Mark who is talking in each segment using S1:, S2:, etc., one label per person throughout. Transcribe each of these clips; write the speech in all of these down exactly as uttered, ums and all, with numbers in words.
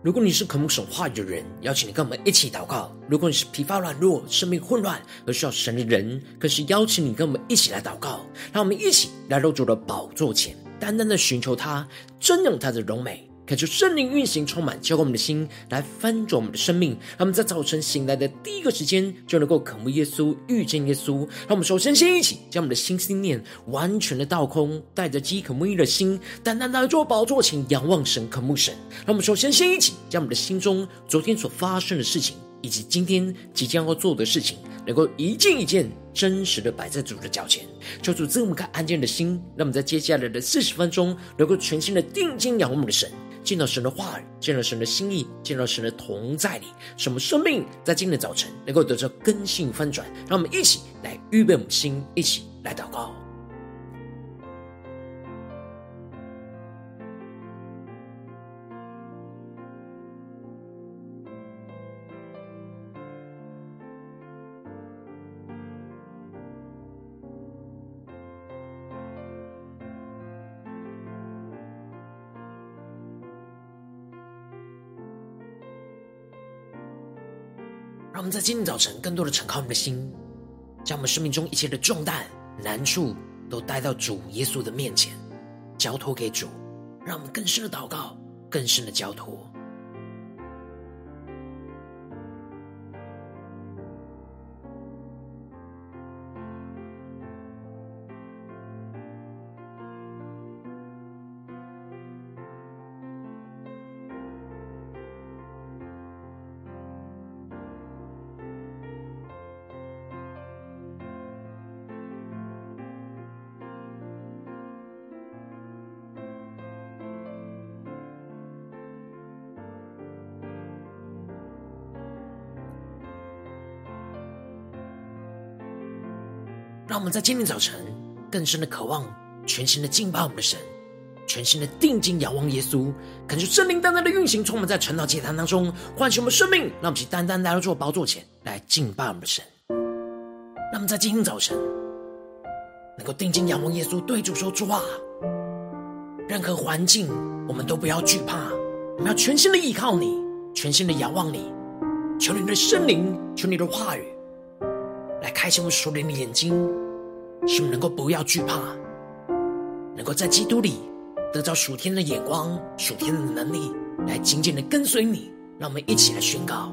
S1: 如果你是渴慕神话语的人，邀请你跟我们一起祷告。如果你是疲乏软弱、生命混乱而需要神的人，更是邀请你跟我们一起来祷告。让我们一起来到主的宝座前，单单的寻求他，珍用他的荣美，恳求圣灵运行充满，浇灌我们的心，来翻转我们的生命。让我们在早晨醒来的第一个时间，就能够渴慕耶稣，遇见耶稣。让我们首先先一起将我们的心思念完全的倒空，带着饥渴慕义的心，单单来做宝座前仰望神，渴慕神。让我们首先先一起将我们的心中昨天所发生的事情，以及今天即将要做的事情，能够一件一件真实的摆在主的脚前，求主赐我们看安静的心。让我们在接下来的四十分钟，能够全心的定睛仰望我们的神，见到神的话语，见到神的心意，见到神的同在里，使我们生命在今天的早晨能够得到更新翻转。让我们一起来预备我们的心，一起来祷告。让我们在今天早晨更多的敞开我们的心，将我们生命中一切的重担、难处都带到主耶稣的面前，交托给主。让我们更深的祷告，更深的交托。让我们在今天早晨更深的渴望，全心的敬拜我们的神，全心的定睛仰望耶稣，感受圣灵单单的运行充满在晨祷祭坛当中，唤醒我们生命。让我们一起单单来到主宝座前来敬拜我们的神。让我们在今天早晨能够定睛仰望耶稣，对主说：主啊，任何环境我们都不要惧怕，我们要全心的依靠你，全心的仰望你。求你的圣灵，求你的话语来开启我们属灵的眼睛，使我们能够不要惧怕，能够在基督里得到属天的眼光、属天的能力，来紧紧的跟随你。让我们一起来宣告：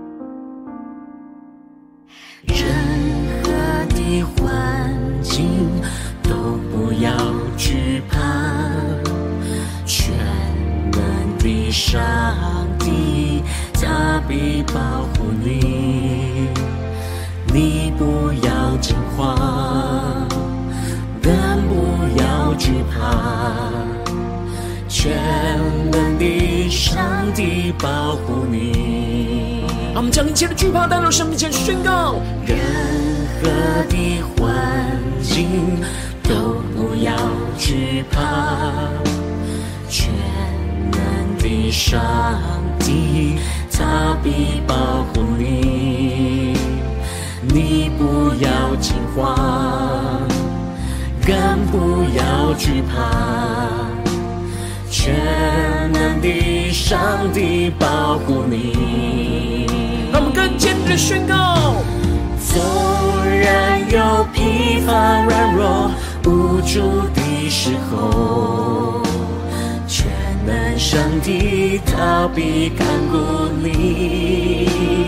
S2: 任何的环境都不要惧怕，全能的上帝他必保护你，你不要惊慌，更不要惧怕，全能的上帝保护你。
S1: 让我们将一切的惧怕带到神面前宣告：
S2: 任何的环境都不要惧怕，全能的上帝他必保护你，你不要惊慌，更不要惧怕，全能的上帝保护你。
S1: 让我们更坚定的宣告：
S2: 纵然有疲乏软弱无助的时候，全能上帝他必看顾你。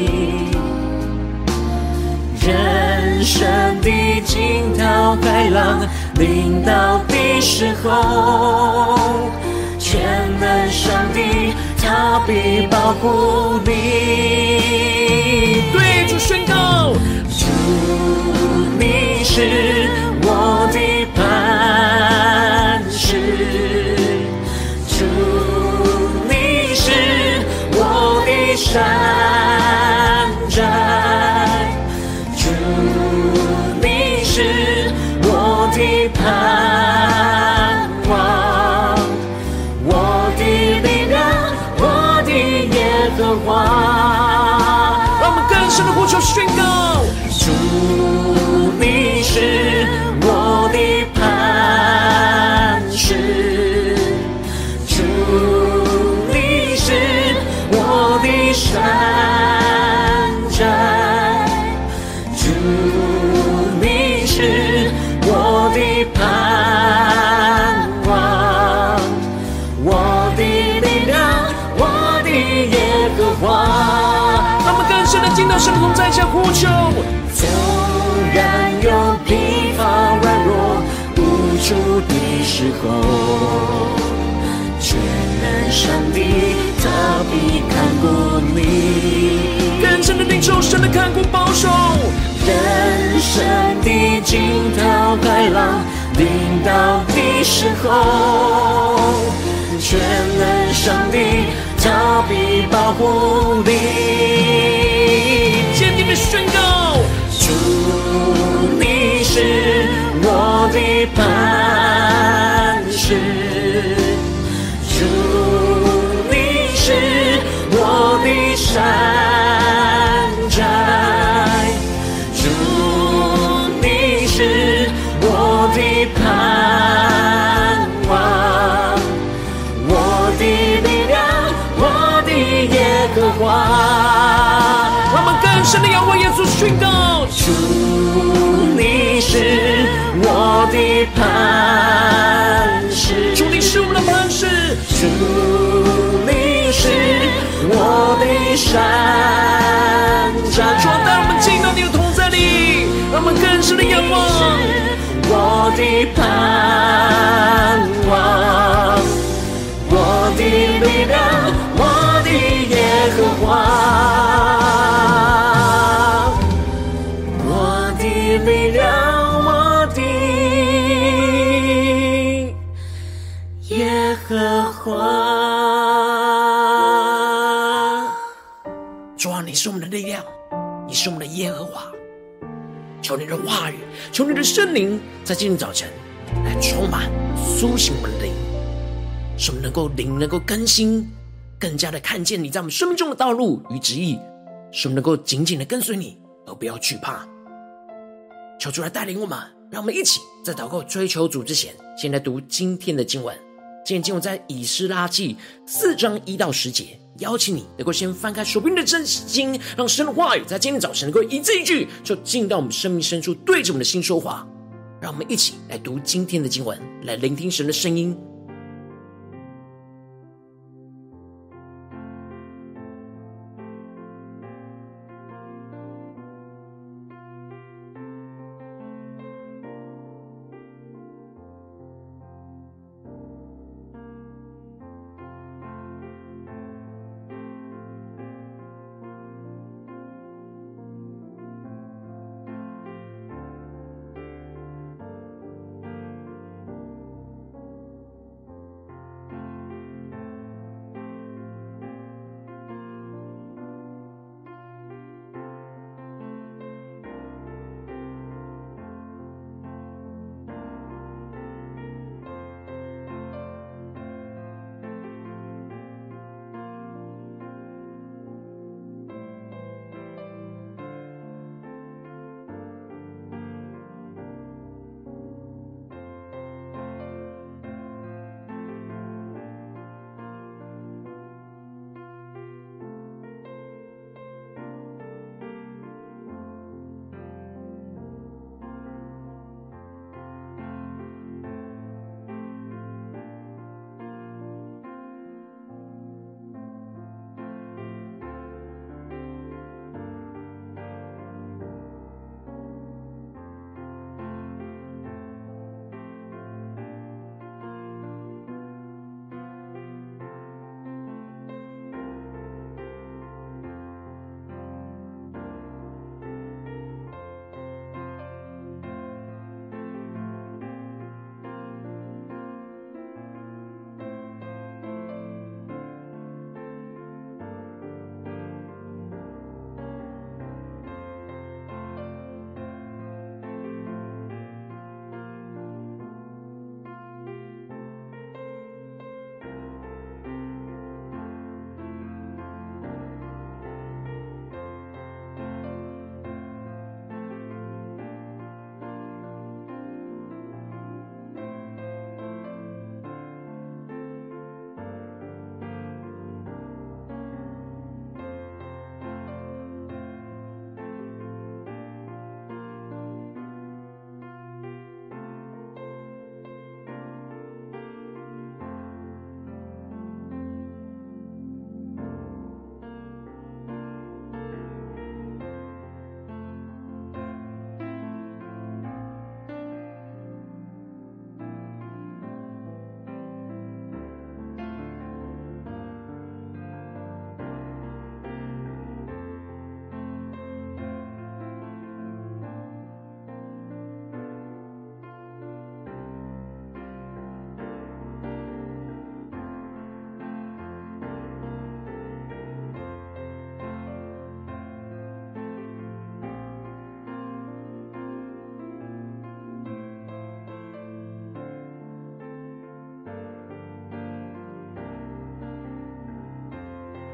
S2: 人生的惊涛骇浪临到的时候，全能上帝他必保护你。
S1: 对主宣告：
S2: 主你是我的磐石，主你是我的山寨，主你是我的盼望，我的力量，我的耶和华。
S1: 让我们更深的呼求宣告：
S2: 主你是我的磐石，主你是我
S1: 呼求。
S2: 纵然有疲乏软弱无助的时候，全能上帝他必看顾你。
S1: 更深的领受神的看顾保守。
S2: 人生的惊涛骇浪临到的时候，全能上帝他必保护你。
S1: 坚定的宣告，
S2: 主你是我的磐石，主你是我的山寨，主你是我的盼望，我的力量，我的耶和华。
S1: 让我们更深的仰望耶稣，宣告：
S2: 主你是我的磐石，
S1: 主你是我们的磐石，
S2: 主你是我的山寨。
S1: 主啊，带我们进到你的同在里，让我们更深的仰望。
S2: 我的盼望，我的力量，我的耶和华。力量，我的耶和华。
S1: 主啊，你是我们的力量，你是我们的耶和华。求你的话语，求你的圣灵，在今天早晨来充满、苏醒我们的灵，使我们能够灵能够更新，更加的看见你在我们生命中的道路与旨意，使我们能够紧紧的跟随你，而不要惧怕。求主来带领我们，让我们一起在祷告追求主之前，先来读今天的经文。今天经文在以斯拉记四章一到十节，邀请你能够先翻开手边的真经，让神的话语在今天早晨能够一字一句就进到我们生命深处，对着我们的心说话。让我们一起来读今天的经文，来聆听神的声音。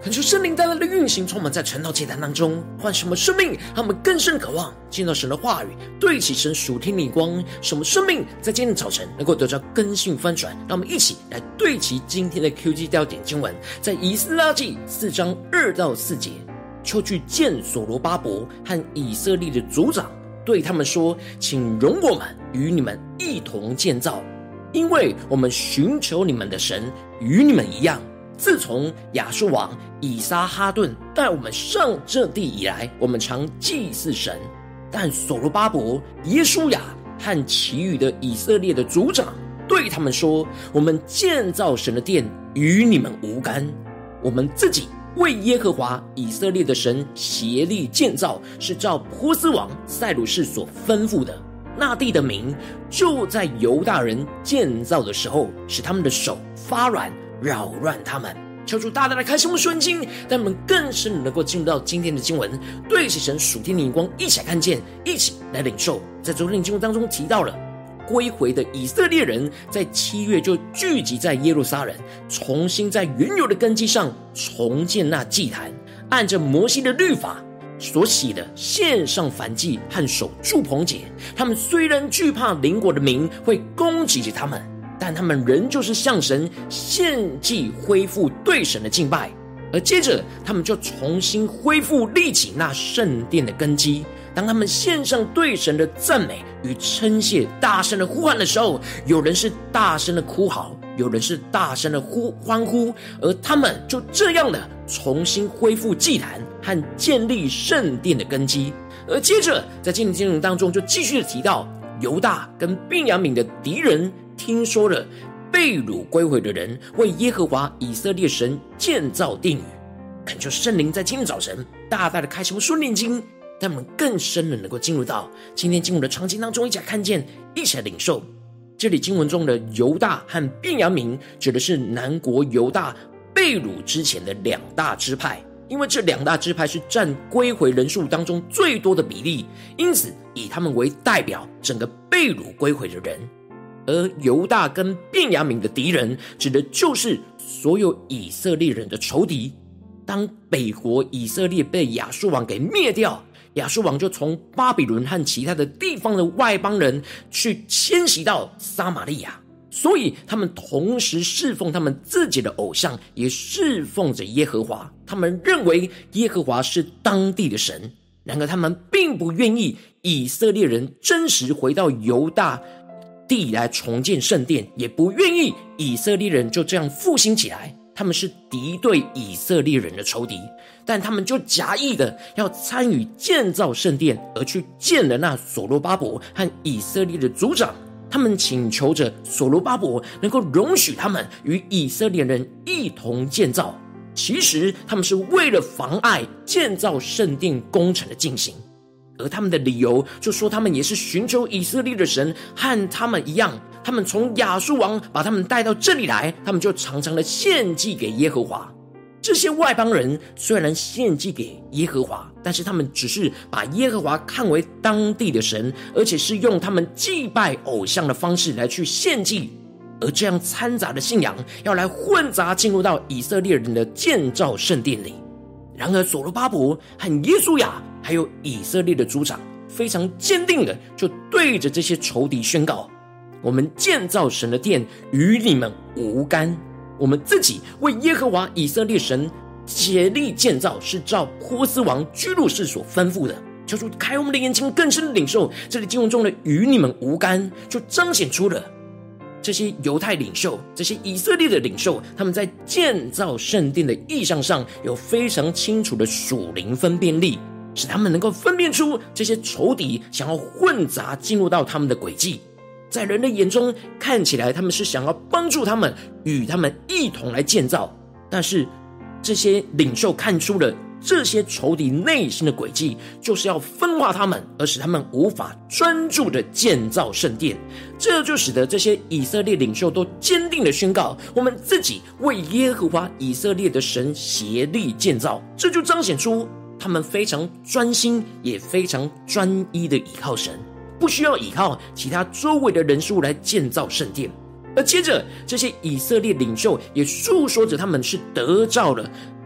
S1: 恳求圣灵带来的运行充满在晨祷祭坛当中，唤什么生命让我们更深渴望见到神的话语，对齐神属天的光，什么生命在今天早晨能够得到更新翻转。让我们一起来对齐今天的 Q G 调点经文，在以斯拉记四章二到四节。就去见所罗巴伯和以色列的族长，对他们说，请容我们与你们一同建造，因为我们寻求你们的神与你们一样。自从亚述王以撒哈顿带我们上这地以来，我们常祭祀神。但所罗巴伯、耶书亚和其余的以色列的族长对他们说，我们建造神的殿与你们无干，我们自己为耶和华以色列的神协力建造，是照波斯王塞鲁士所吩咐的。那地的民就在犹大人建造的时候，使他们的手发软，扰乱他们。求主大大的开启我们属灵经，让我们更深的能够进入到今天的经文，对齐神属天的眼光，一起来看见，一起来领受。在昨天的经文当中提到了归回的以色列人在七月就聚集在耶路撒冷，重新在原有的根基上重建那祭坛，按着摩西的律法所写的献上燔祭和守住棚节。他们虽然惧怕邻国的民会攻击着他们，但他们仍旧是向神献祭，恢复对神的敬拜。而接着他们就重新恢复立起那圣殿的根基。当他们献上对神的赞美与称谢，大声的呼喊的时候，有人是大声的哭嚎，有人是大声的呼欢呼，而他们就这样的重新恢复祭坛和建立圣殿的根基。而接着在今天经文当中就继续的提到，犹大跟便雅悯的敌人听说了被掳归回的人为耶和华以色列神建造殿宇。恳求圣灵在今天早晨大大的开启我们属灵经，让我们更深的能够进入到今天经文的场景当中，一起来看见，一起来领受。这里经文中的犹大和便雅悯指的是南国犹大被掳之前的两大支派，因为这两大支派是占归回人数当中最多的比例，因此以他们为代表整个被掳归回的人。而犹大跟便雅悯的敌人指的就是所有以色列人的仇敌。当北国以色列被亚述王给灭掉，亚述王就从巴比伦和其他的地方的外邦人去迁徙到撒玛利亚，所以他们同时侍奉他们自己的偶像，也侍奉着耶和华。他们认为耶和华是当地的神，然而他们并不愿意以色列人真实回到犹大地来重建圣殿，也不愿意以色列人就这样复兴起来。他们是敌对以色列人的仇敌，但他们就假意的要参与建造圣殿，而去见了那所罗巴伯和以色列的族长。他们请求着所罗巴伯能够容许他们与以色列人一同建造，其实他们是为了妨碍建造圣殿工程的进行。而他们的理由就说，他们也是寻求以色列的神，和他们一样，他们从亚述王把他们带到这里来，他们就常常的献祭给耶和华。这些外邦人虽然献祭给耶和华，但是他们只是把耶和华看为当地的神，而且是用他们祭拜偶像的方式来去献祭。而这样掺杂的信仰要来混杂进入到以色列人的建造圣殿里。然而所罗巴伯和耶书亚还有以色列的族长非常坚定的就对着这些仇敌宣告，我们建造神的殿与你们无干，我们自己为耶和华以色列神协力建造，是照波斯王居鲁士所吩咐的。求主开我们的眼睛，更深的领受这里经文中的与你们无干，就彰显出了这些犹太领袖，这些以色列的领袖，他们在建造圣殿的意向上有非常清楚的属灵分辨力，使他们能够分辨出这些仇敌想要混杂进入到他们的诡计。在人的眼中看起来他们是想要帮助他们，与他们一同来建造，但是这些领袖看出了这些仇敌内心的诡计，就是要分化他们，而使他们无法专注的建造圣殿。这就使得这些以色列领袖都坚定的宣告，我们自己为耶和华以色列的神协力建造。这就彰显出他们非常专心也非常专一的倚靠神，不需要依靠其他周围的人数来建造圣殿。而接着这些以色列领袖也述说着他们是得着了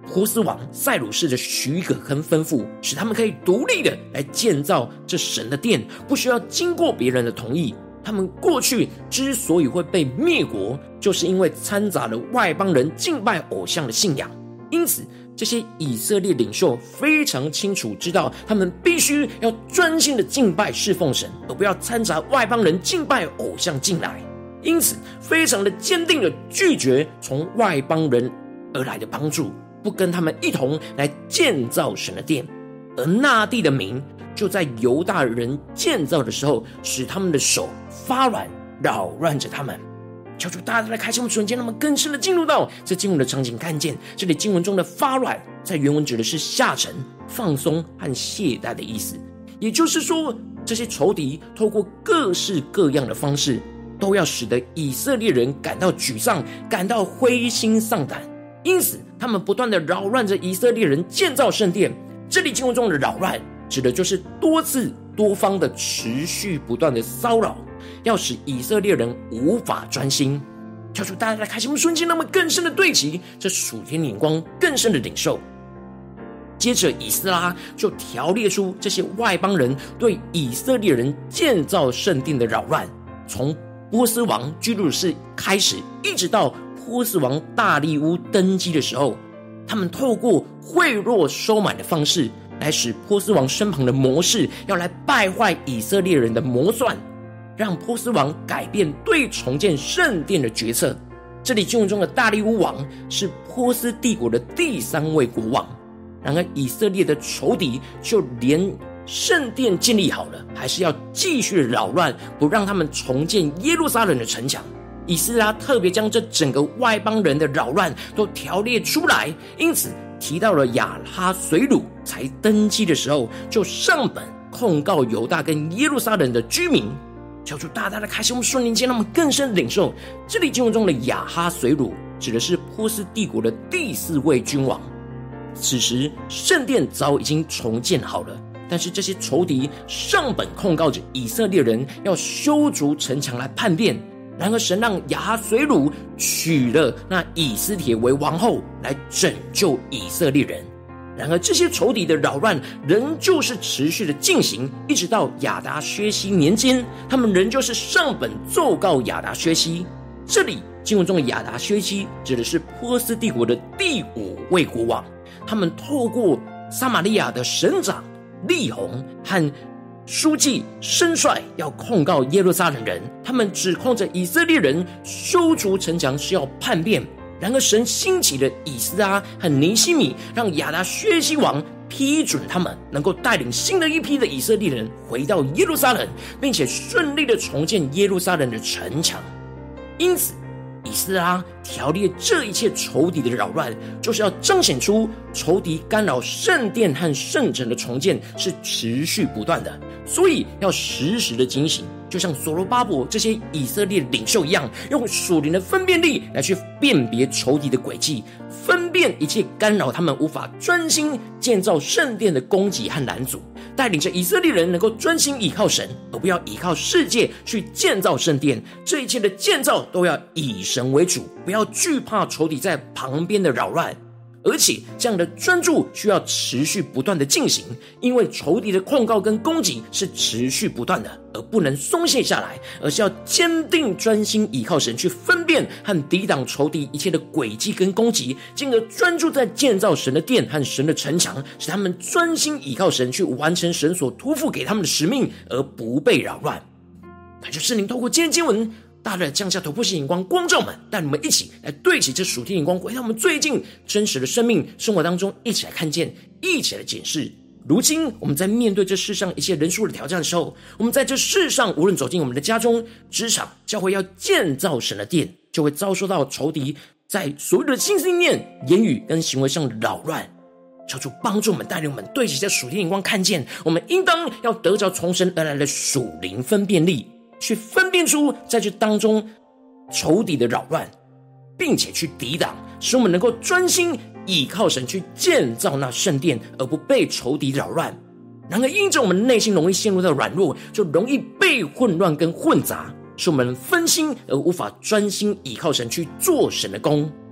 S1: 波斯王塞鲁士的许可跟吩咐，使他们可以独立的来建造这神的殿，不需要经过别人的同意。他们过去之所以会被灭国，就是因为掺杂了外邦人敬拜偶像的信仰。因此这些以色列领袖非常清楚知道，他们必须要专心的敬拜侍奉神，而不要掺杂外邦人敬拜偶像进来。因此非常的坚定的拒绝从外邦人而来的帮助，不跟他们一同来建造神的殿。而那地的民就在犹大人建造的时候，使他们的手发软，扰乱着他们。求主大家来开启我们瞬间，让我们更深的进入到这经文的场景，看见这里经文中的发软，在原文指的是下沉、放松和懈怠的意思。也就是说，这些仇敌透过各式各样的方式，都要使得以色列人感到沮丧，感到灰心丧胆。因此他们不断的扰乱着以色列人建造圣殿。这里经文中的扰乱指的就是多次多方的持续不断的骚扰，要使以色列人无法专心。求主大家来开启我们瞬间，让我们更深的对齐这属天眼光，更深的领受。接着以斯拉就条列出这些外邦人对以色列人建造圣殿的扰乱，从波斯王居鲁士开始，一直到波斯王大利乌登基的时候，他们透过贿赂收买的方式，来使波斯王身旁的谋士要来败坏以色列人的谋算，让波斯王改变对重建圣殿的决策。这里经文中的大利乌王是波斯帝国的第三位国王。然而以色列的仇敌就连圣殿建立好了，还是要继续扰乱，不让他们重建耶路撒冷的城墙。以斯拉特别将这整个外邦人的扰乱都条列出来，因此提到了亚哈随鲁才登基的时候，就上本控告犹大跟耶路撒冷的居民。求主大大的开启我们顺灵间，让我们更深领受这里经文中的亚哈随鲁指的是波斯帝国的第四位君王。此时圣殿早已经重建好了，但是这些仇敌上本控告着以色列人要修筑城墙来叛变。然而神让亚哈随鲁娶了那以斯帖为王后，来拯救以色列人。然而这些仇敌的扰乱仍旧是持续的进行，一直到亚达薛西年间，他们仍旧是上本奏告亚达薛西。这里经文中的亚达薛西指的是波斯帝国的第五位国王，他们透过撒玛利亚的省长利宏和书记申帅要控告耶路撒冷人，他们指控着以色列人修筑城墙是要叛变。然而神兴起了以斯拉和尼希米，让亚达薛西王批准他们能够带领新的一批的以色列人回到耶路撒冷，并且顺利的重建耶路撒冷的城墙。因此以斯拉条列这一切仇敌的扰乱，就是要彰显出仇敌干扰圣殿和圣城的重建是持续不断的，所以要时时的警醒，就像所罗巴伯这些以色列领袖一样，用属灵的分辨力来去辨别仇敌的诡计，分辨一切干扰他们无法专心建造圣殿的攻击和拦阻，带领着以色列人能够专心倚靠神，而不要倚靠世界去建造圣殿。这一切的建造都要以神为主，不要惧怕仇敌在旁边的扰乱。而且这样的专注需要持续不断的进行，因为仇敌的控告跟攻击是持续不断的，而不能松懈下来，而是要坚定专心倚靠神，去分辨和抵挡仇敌一切的诡计跟攻击，进而专注在建造神的殿和神的城墙，使他们专心倚靠神，去完成神所托付给他们的使命，而不被扰乱。感谢圣灵透过今天经文大大的降下突破性眼光，光照们，带你们一起来对齐这属天眼光，回到我们最近真实的生命生活当中，一起来看见，一起来检视。如今我们在面对这世上一切人数的挑战的时候，我们在这世上无论走进我们的家中、职场、教会，要建造神的殿，就会遭受到仇敌在所有的心思意念、言语跟行为上的扰乱。求主帮助我们，带领我们对齐这属天眼光，看见我们应当要得着从神而来的属灵分辨力，去分辨出在这当中仇敌的扰乱，并且去抵挡，使我们能够专心倚靠神去建造那圣殿，而不被仇敌扰乱。然而因着我们内心容易陷入到软弱，就容易被混乱跟混杂，使我们分心而无法专心倚靠神去做神的工。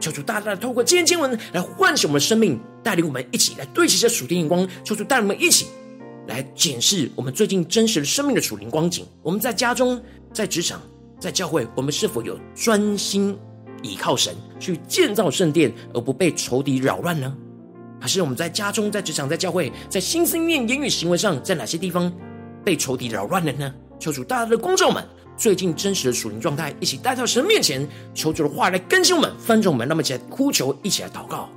S1: 求主大大的透过今天经文来唤醒我们的生命，带领我们一起来对齐这属天眼光。求主带领我们一起来检视我们最近真实的生命的属灵光景。我们在家中、在职场、在教会，我们是否有专心倚靠神去建造圣殿，而不被仇敌扰乱呢？还是我们在家中、在职场、在教会，在心思念、言语行为上，在哪些地方被仇敌扰乱了呢？求主大大的光照们最近真实的属灵状态，一起带到神面前，求主的话来更新我们、翻转我们。那么一起来呼求，一起来祷告。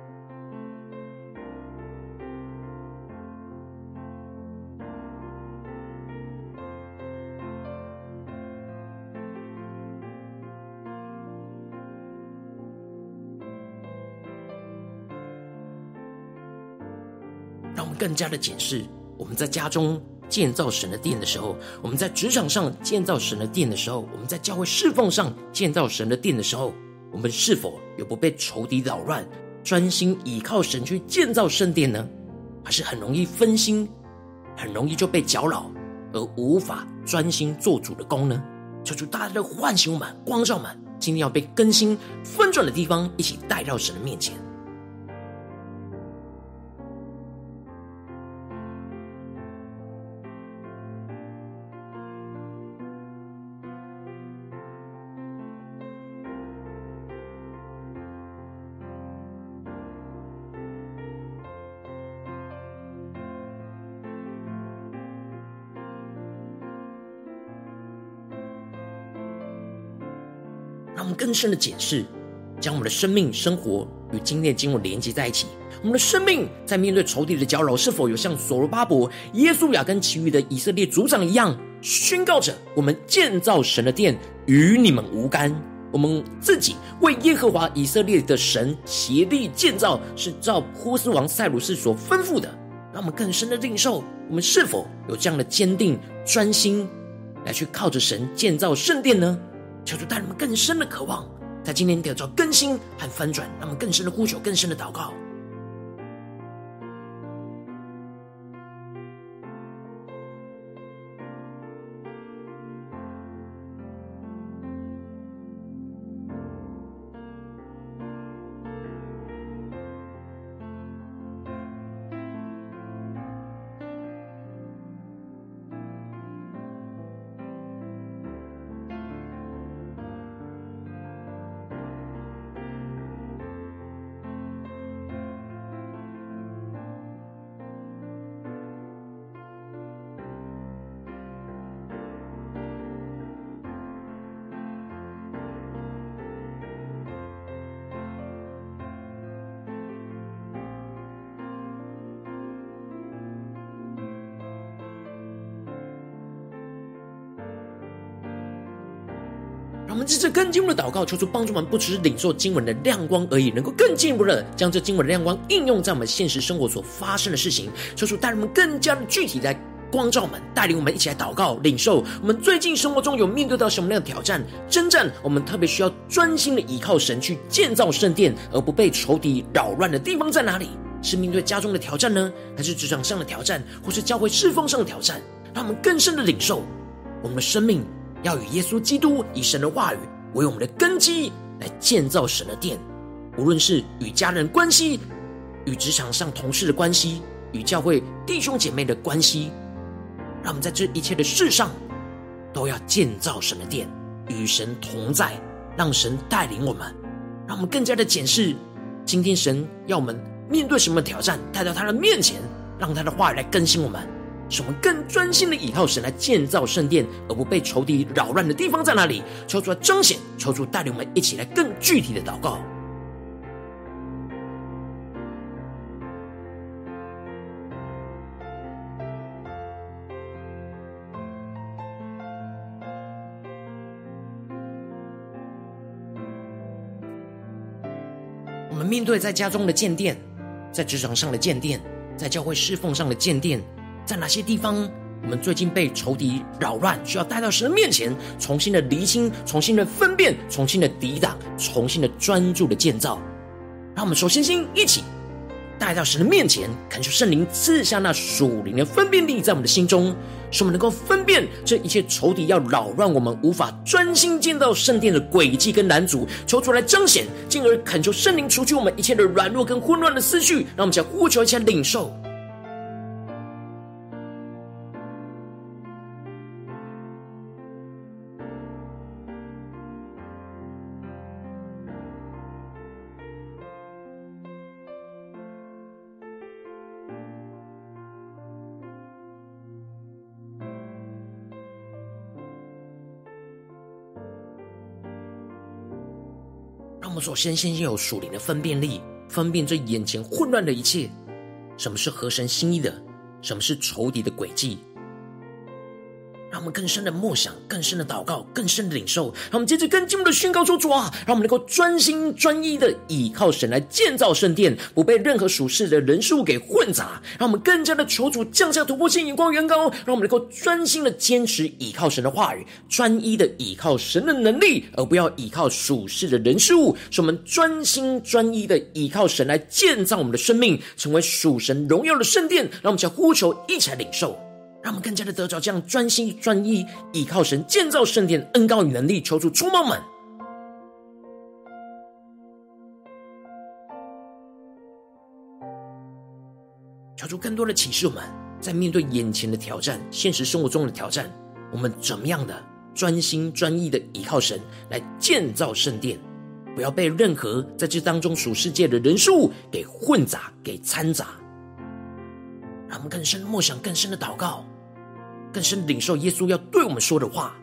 S1: 让我们更加的检视我们在家中建造神的殿的时候，我们在职场上建造神的殿的时候，我们在教会侍奉上建造神的殿的时候，我们是否有不被仇敌扰乱，专心倚靠神去建造圣殿呢？还是很容易分心，很容易就被搅扰，而无法专心做主的工呢？求主大大的唤醒我们、光照我们，今天要被更新翻转的地方，一起带到神的面前。让我们更深的检视，将我们的生命、生活与今天的经文连接在一起。我们的生命在面对仇敌的搅扰，是否有像所罗巴伯、耶稣亚跟其余的以色列族长一样，宣告着我们建造神的殿与你们无干，我们自己为耶和华以色列的神协力建造，是照波斯王塞鲁士所吩咐的。让我们更深的领受，我们是否有这样的坚定、专心来去靠着神建造圣殿呢？求主带我们更深的渴望，在今天得到更新和翻转，让我们更深的呼求、更深的祷告。让我们借着更进一步的祷告，求主帮助我们不只是领受经文的亮光而已，能够更进一步的将这经文的亮光应用在我们现实生活所发生的事情。求主带领我们更加的具体来光照我们，带领我们一起来祷告领受。我们最近生活中有面对到什么样的挑战征战，我们特别需要专心的依靠神去建造圣殿，而不被仇敌扰乱的地方在哪里？是面对家中的挑战呢，还是职场上的挑战，或是教会侍奉上的挑战？让我们更深的领受，我们的生命要与耶稣基督以神的话语为我们的根基，来建造神的殿。无论是与家人关系，与职场上同事的关系，与教会弟兄姐妹的关系，让我们在这一切的事上都要建造神的殿，与神同在，让神带领我们，让我们更加的检视今天神要我们面对什么挑战，带到他的面前，让他的话语来更新我们，使我们更专心的倚靠神来建造圣殿，而不被仇敌扰乱的地方在哪里？求主来彰显，求主带领我们一起来更具体的祷告。我们面对在家中的建殿，在职场上的建殿，在教会侍奉上的建殿，在哪些地方我们最近被仇敌扰乱，需要带到神的面前，重新的厘清，重新的分辨，重新的抵挡，重新的专注的建造。让我们首先先一起带到神的面前，恳求圣灵赐下那属灵的分辨力在我们的心中，使我们能够分辨这一切仇敌要扰乱我们无法专心见到圣殿的诡计跟拦阻，求出来彰显，进而恳求圣灵除去我们一切的软弱跟混乱的思绪，让我们想呼求一下领受。让我们首先先有属灵的分辨力，分辨这眼前混乱的一切，什么是合神心意的，什么是仇敌的诡计。让我们更深的默想，更深的祷告，更深的领受。让我们接着更进一步的宣告说：主啊，让我们能够专心专一的倚靠神来建造圣殿，不被任何属世的人事物给混杂。让我们更加的求主降下突破性眼光远高，让我们能够专心的坚持倚靠神的话语，专一的倚靠神的能力，而不要倚靠属世的人事物。使我们专心专一的倚靠神来建造我们的生命，成为属神荣耀的圣殿。让我们将呼求一起来领受，让我们更加的得着这样专心专一倚靠神建造圣殿恩膏与能力，求主触摸们。求主更多的启示我们，在面对眼前的挑战，现实生活中的挑战，我们怎么样的专心专一的倚靠神来建造圣殿，不要被任何在这当中属世界的人事物给混杂给掺杂。让我们更深的默想，更深的祷告，更深的领受耶稣要对我们说的话。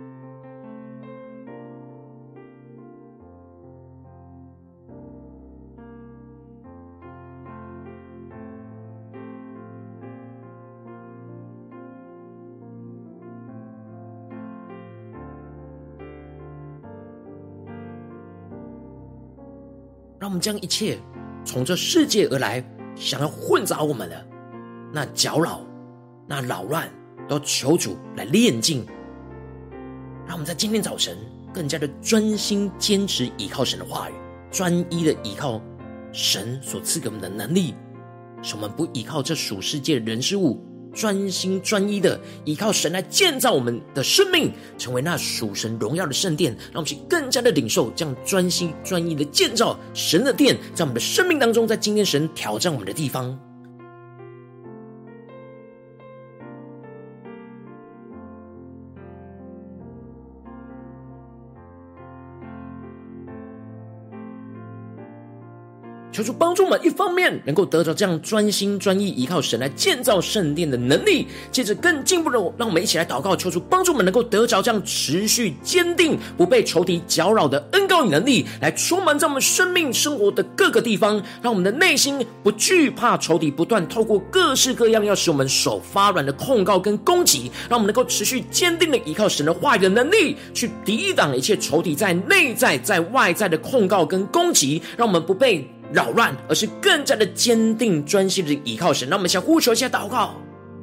S1: 让我们将一切从这世界而来想要混杂我们的那搅扰那扰乱，都求主来炼净。让我们在今天早晨更加的专心坚持倚靠神的话语，专一的倚靠神所赐给我们的能力，使我们不依靠这属世界的人事物，专心专一的依靠神来建造我们的生命，成为那属神荣耀的圣殿。让我们去更加的领受这样专心专一的建造神的殿，在我们的生命当中，在今天神挑战我们的地方。求主帮助我们，一方面能够得到这样专心专意依靠神来建造圣殿的能力，接着更进一步的让我们一起来祷告，求主帮助我们能够得着这样持续坚定不被仇敌搅扰的恩膏与能力，来充满在我们生命生活的各个地方，让我们的内心不惧怕仇敌不断透过各式各样要使我们手发软的控告跟攻击，让我们能够持续坚定的依靠神的话语的能力，去抵挡一切仇敌在内在在外在的控告跟攻击，让我们不被扰乱，而是更加的坚定专心的倚靠神。让我们想呼求一下祷告，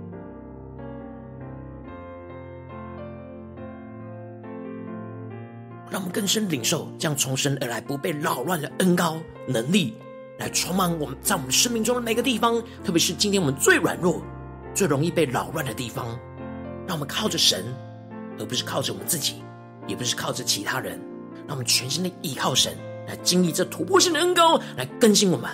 S1: 让我们更深领受这样从神而来不被扰乱的恩膏能力，来充满我们在我们生命中的每个地方，特别是今天我们最软弱最容易被扰乱的地方。让我们靠着神，而不是靠着我们自己，也不是靠着其他人，让我们全心的倚靠神，来经历这突破性的恩膏，来更新我们。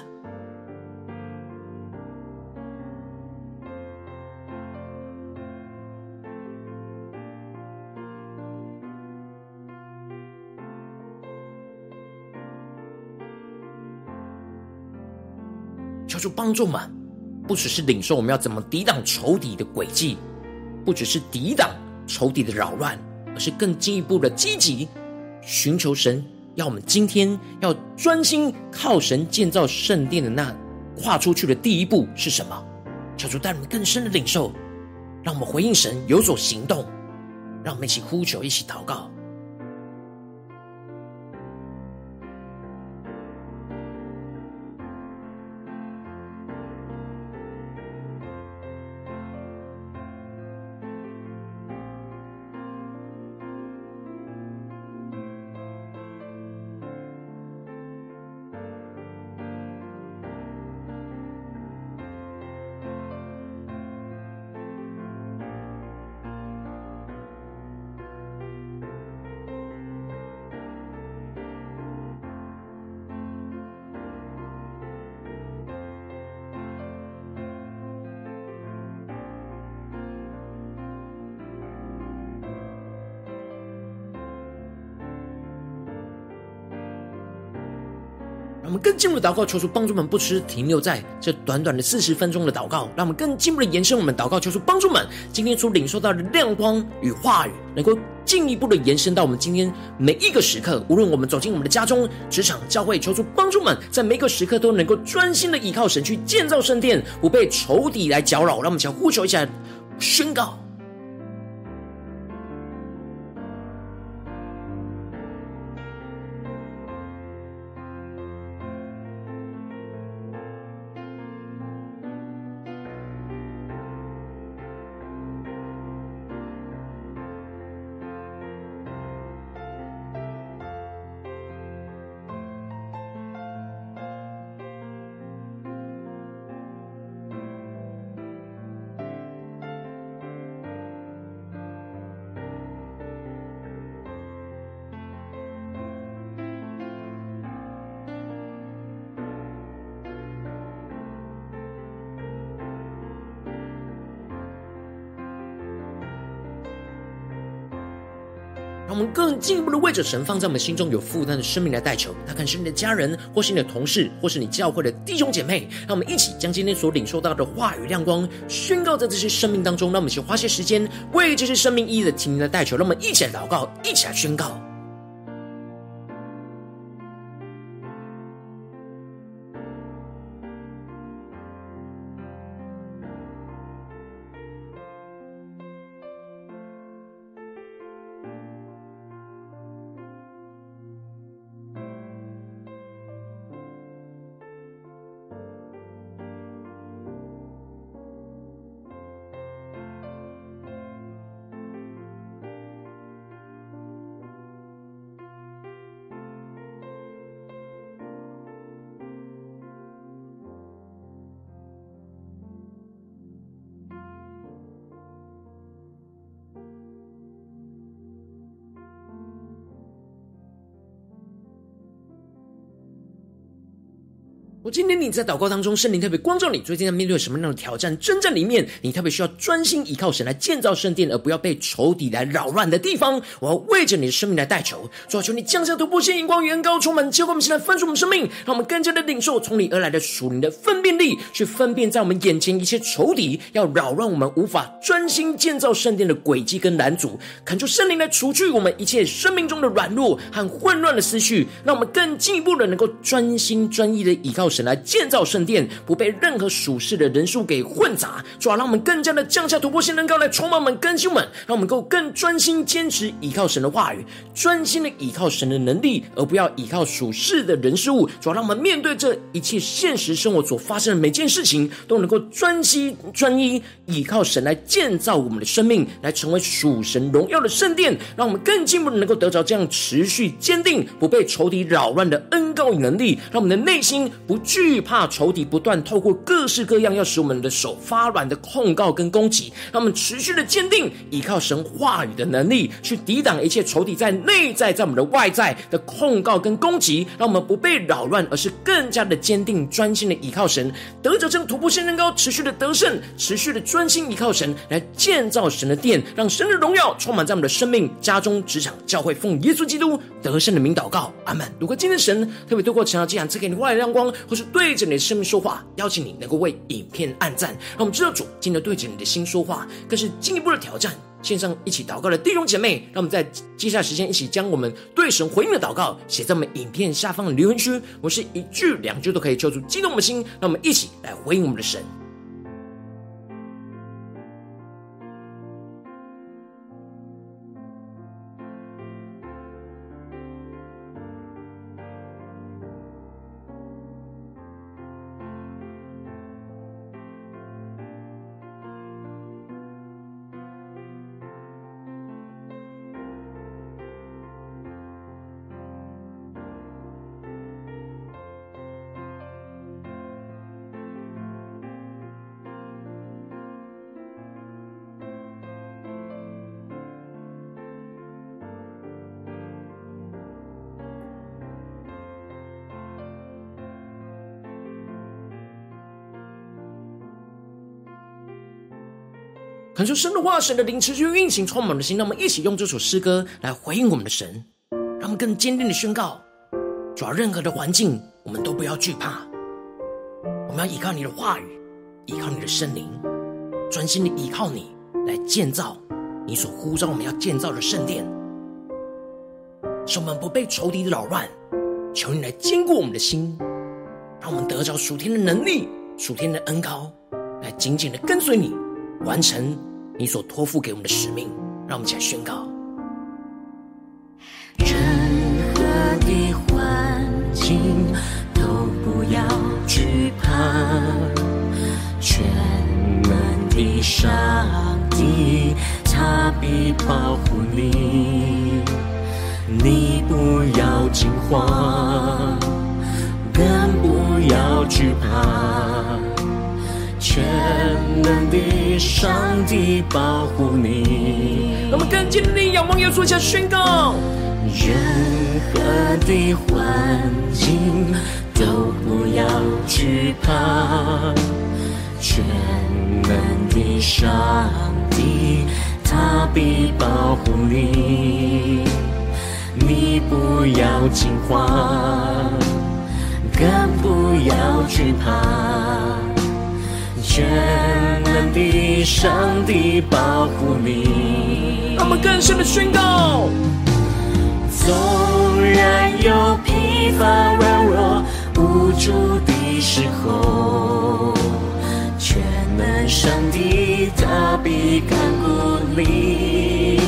S1: 求主帮助我们，不只是领受我们要怎么抵挡仇敌的诡计，不只是抵挡仇敌的扰乱，而是更进一步的积极寻求神要我们今天要专心靠神建造圣殿的那跨出去的第一步是什么？求主带我们更深的领受，让我们回应神有所行动。让我们一起呼求，一起祷告。 让我们更进一步的祷告，求主帮助我们不只停留在这短短的四十分钟的祷告，让我们更进一步的延伸我们祷告，求主帮助我们今天所领受到的亮光与话语，能够进一步的延伸到我们今天每一个时刻，无论我们走进我们的家中、职场、教会，求主帮助我们在每一个时刻都能够专心的依靠神去建造圣殿，不被仇敌来搅扰。让我们想呼求一下，宣告。让我们更进一步的为着神放在我们心中有负担的生命来代求，他可能是你的家人，或是你的同事，或是你教会的弟兄姐妹。让我们一起将今天所领受到的话语亮光宣告在这些生命当中。让我们一起花些时间为这些生命意义的提名来代求。让我们一起来祷告，一起来宣告。我今天你在祷告当中，圣灵特别光照你，最近在面对什么样的挑战征战里面，你特别需要专心依靠神来建造圣殿，而不要被仇敌来扰乱的地方，我要为着你的生命来代求。主啊，求你降下突破性眼光，远高充满，结果我们现在分出我们生命，让我们更加的领受从你而来的属灵的分辨力，去分辨在我们眼前一切仇敌要扰乱我们无法专心建造圣殿的轨迹跟拦阻。恳求圣灵来除去我们一切生命中的软弱和混乱的思绪，让我们更进一步的能够专心专意的依靠神来建造圣殿，不被任何属世的人数给混杂。主啊，让我们更加的降下突破性能高来充满我们更新我们，让我们能够更专心坚持依靠神的话语，专心的依靠神的能力，而不要依靠属世的人事物。主啊，让我们面对这一切现实生活所发生的每件事情，都能够专心专一依靠神来建造我们的生命，来成为属神荣耀的圣殿，让我们更进一步的能够得着这样持续坚定不被仇敌扰乱的恩膏与能力，让我们的内心不惧怕仇敌不断透过各式各样要使我们的手发软的控告跟攻击，让我们持续的坚定依靠神话语的能力，去抵挡一切仇敌在内在在我们的外在的控告跟攻击，让我们不被扰乱，而是更加的坚定专心的依靠神，得着这样突破性能高，持续的得胜，持续的专心依靠神来建造神的殿，让神的荣耀充满在我们的生命、家中、职场、教会，奉耶稣基督得胜的名祷告，阿们。如果今天神特别透过晨祷祭坛赐给你话语亮光，或是对着你的生命说话，邀请你能够为影片按赞，让我们知道主今天对着你的心说话，更是进一步的挑战。线上一起祷告的弟兄姐妹，让我们在接下来时间一起将我们对神回应的祷告写在我们影片下方的留言区，我是一句两句都可以揪出激动我们的心，让我们一起来回应我们的神。恳求神的话，神的灵持续运行充满我们的心，让我们一起用这首诗歌来回应我们的神，让我们更坚定的宣告：主啊，任何的环境我们都不要惧怕，我们要依靠你的话语，依靠你的圣灵，专心的依靠你来建造你所呼召我们要建造的圣殿，使我们不被仇敌的扰乱。求你来坚固我们的心，让我们得着属天的能力、属天的恩膏，来紧紧的跟随你，完成你所托付给我们的使命。让我们一起来宣告：
S2: 任何的环境都不要惧怕，全能的上帝他必保护你，你不要惊慌，更不要惧怕，全能的上帝保护你。
S1: 让我们更坚定地仰望耶稣，下宣告：
S2: 任何的环境都不要惧怕，全能的上帝他必保护你，你不要惊慌，更不要惧怕，全能的上帝保护你。
S1: 让我们更深的宣告：
S2: 纵然有疲乏软弱无助的时候，全能上帝他必看顾你。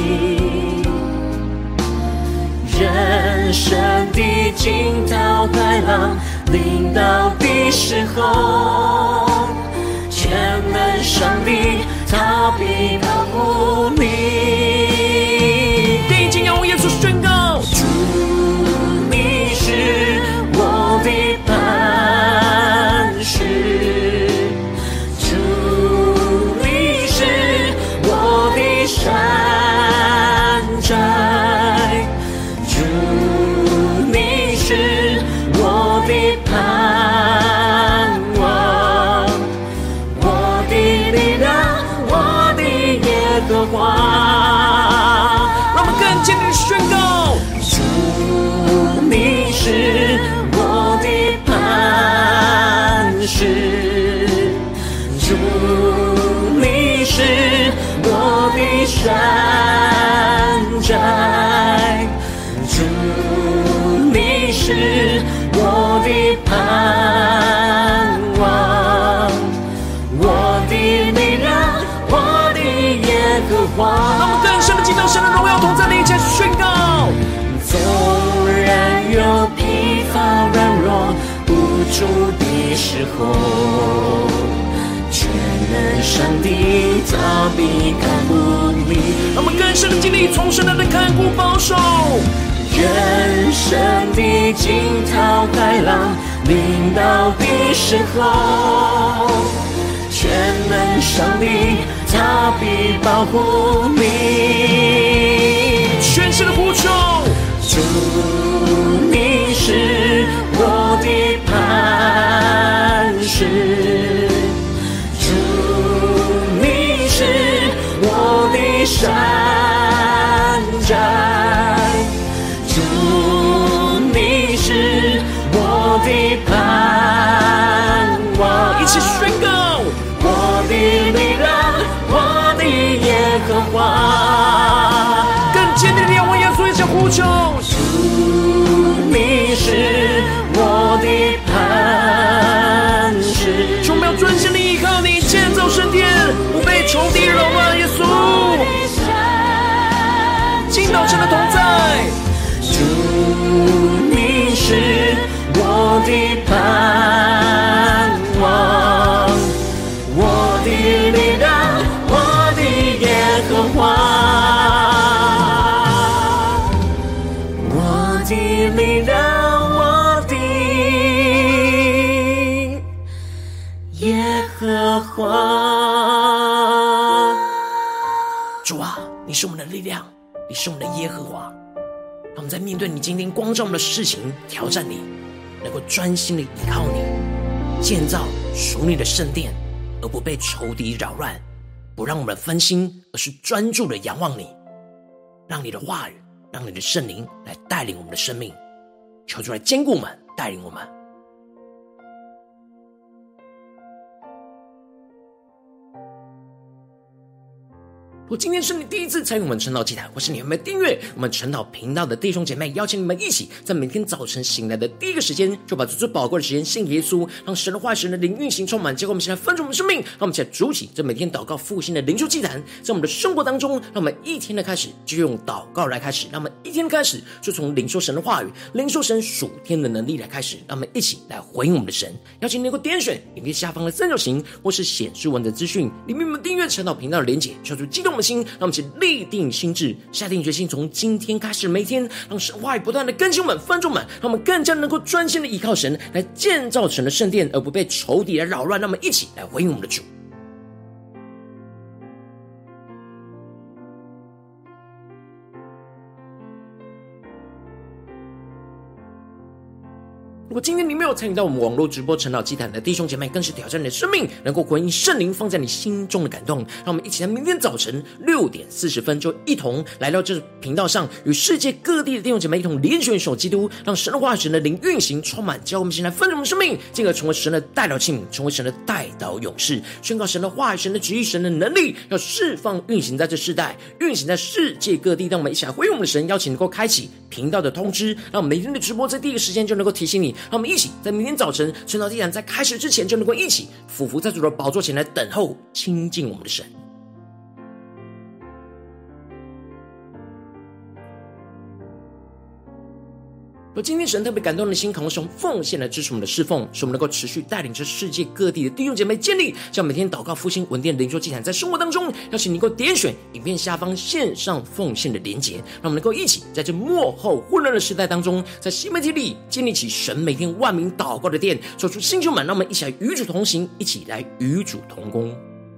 S2: 人生的惊涛骇浪临到的时候，全能上帝他必保护你。
S1: 定睛仰望耶稣，宣告：
S2: 主，你是我的磐石，主，你是我的山寨，主，你是我的盼望，我的力量，我的耶和华。
S1: 让我们更坚定地宣告：
S2: 主，你是我的磐石，主，你是我的山寨，主，你是我的盼望，我的力量，我的耶和华。
S1: 让我们更深的进到神的荣耀同在里，一起来宣告：
S2: 纵然有疲乏软弱无助的时候，全能上帝他必看顾你。
S1: 让我们更深的经历从神来的看顾保守。
S2: 人生的惊涛骇浪临到的时候，全能上帝他必保护你。
S1: 全身的呼求：
S2: 主，你是我的磐石，主，你是我的山寨，主，你是我的盼望。
S1: 一起宣告：
S2: 我的力量，我的耶和华。
S1: 更坚定地仰望耶稣，一起呼求：
S2: 主，你是我的磐石。
S1: 主，我们要专心地依靠你，建造圣殿，不被仇敌扰乱。耶稣，进到神的同在。
S2: 主，你是我的盼望，我的力量，我的耶和华，我的力量，我的耶和华。
S1: 主啊，你是我们的力量，你是我们的耶和华。让我们在面对你今天光照我们的事情，挑战你，能够专心的依靠你，建造属你的圣殿，而不被仇敌扰乱，不让我们分心，而是专注的仰望你，让你的话语，让你的圣灵来带领我们的生命。求主来坚固我们，带领我们。 如果今天是你第一次参与我们晨祷祭坛，或是你有没有订阅我们晨祷频道的弟兄姐妹，邀请你们一起在每天早晨醒来的第一个时间，就把这最宝贵的时间献给耶稣，让神的话语、神的灵运行充满。结果我们现在分盛我们生命，让我们一起来主起这每天祷告复兴的灵修祭坛，在我们的生活当中，让我们一天的开始就用祷告来开始，让我们一天的开始就从领受神的话语、领受神属天的能力来开始，让我们一起来回应我们的神。邀请你能够点选影片下方的三角形，或是显示文的资讯里面我们订阅晨祷频道的连结，敲出激动的心，让我们一起立定心志，下定决心，从今天开始每一天，让神话语不断的更新我们、翻转我们，让我们更加能够专心的依靠神，来建造神的圣殿，而不被仇敌来扰乱。让我们一起来回应我们的主。如果今天你没有参与到我们网络直播晨祷祭坛的弟兄姐妹，更是挑战你的生命，能够回应圣灵放在你心中的感动。让我们一起在明天早晨六点四十分，就一同来到这频道上，与世界各地的弟兄姐妹一同联选守基督，让神的话语、神的灵运行充满，教我们现在分盛我们生命，进而成为神的代祷器皿，成为神的代祷勇士，宣告神的话语、神的旨意、神的能力，要释放运行在这世代，运行在世界各地。让我们一起来回应我们的神，邀请能够开启频道的通知，让我们每天的直播在第一个时间就能够提醒你。让我们一起在明天早晨晨祷祭坛在开始之前，就能够一起俯伏在主的宝座前来等候亲近我们的神。而今天神特别感动的心，渴望使用奉献来支持我们的侍奉，使我们能够持续带领着世界各地的弟兄姐妹建立像每天祷告复兴稳定灵修祭坛，在生活当中邀请你能够点选影片下方线上奉献的连结，让我们能够一起在这末后混乱的时代当中，在新媒体里建立起神每天万名祷告的殿，做出新旧满。让我们一起来与主同行，一起来与主同工。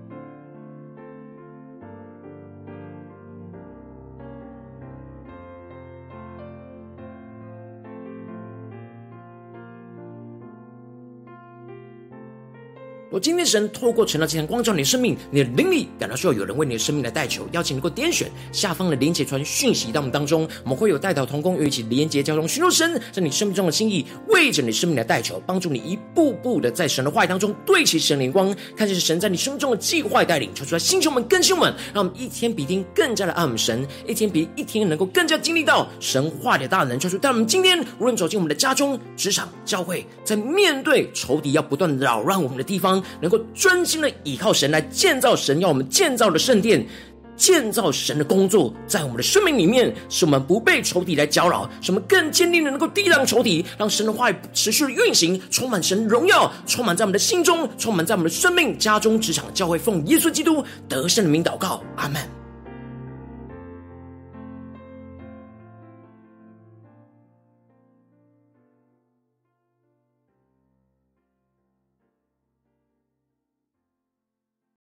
S1: 我今天神透过晨祷祭坛光照你的生命，你的灵里感到需要有人为你的生命来代求，邀请你能够点选下方的连结传讯息到我们当中，我们会有代祷同工，有一起连结交通，寻求神在你生命中的心意，为着你生命来代求，帮助你一步步的在神的话语当中对齐神的眼光，看见神在你生命中的计划带领，求出来星球们更新我们，让我们一天比一天更加的爱我们神，一天比一天能够更加经历到神话语的大能，求出带我们今天无论走进我们的家中、职场、教会，在面对仇敌要不断扰乱我们的地方，能够专心的倚靠神来建造神要我们建造的圣殿，建造神的工作在我们的生命里面，使我们不被仇敌来搅扰，使我们更坚定的能够抵挡仇敌，让神的话语持续的运行，充满神荣耀，充满在我们的心中，充满在我们的生命、家中、职场、教会，奉耶稣基督得胜的名祷告，阿们。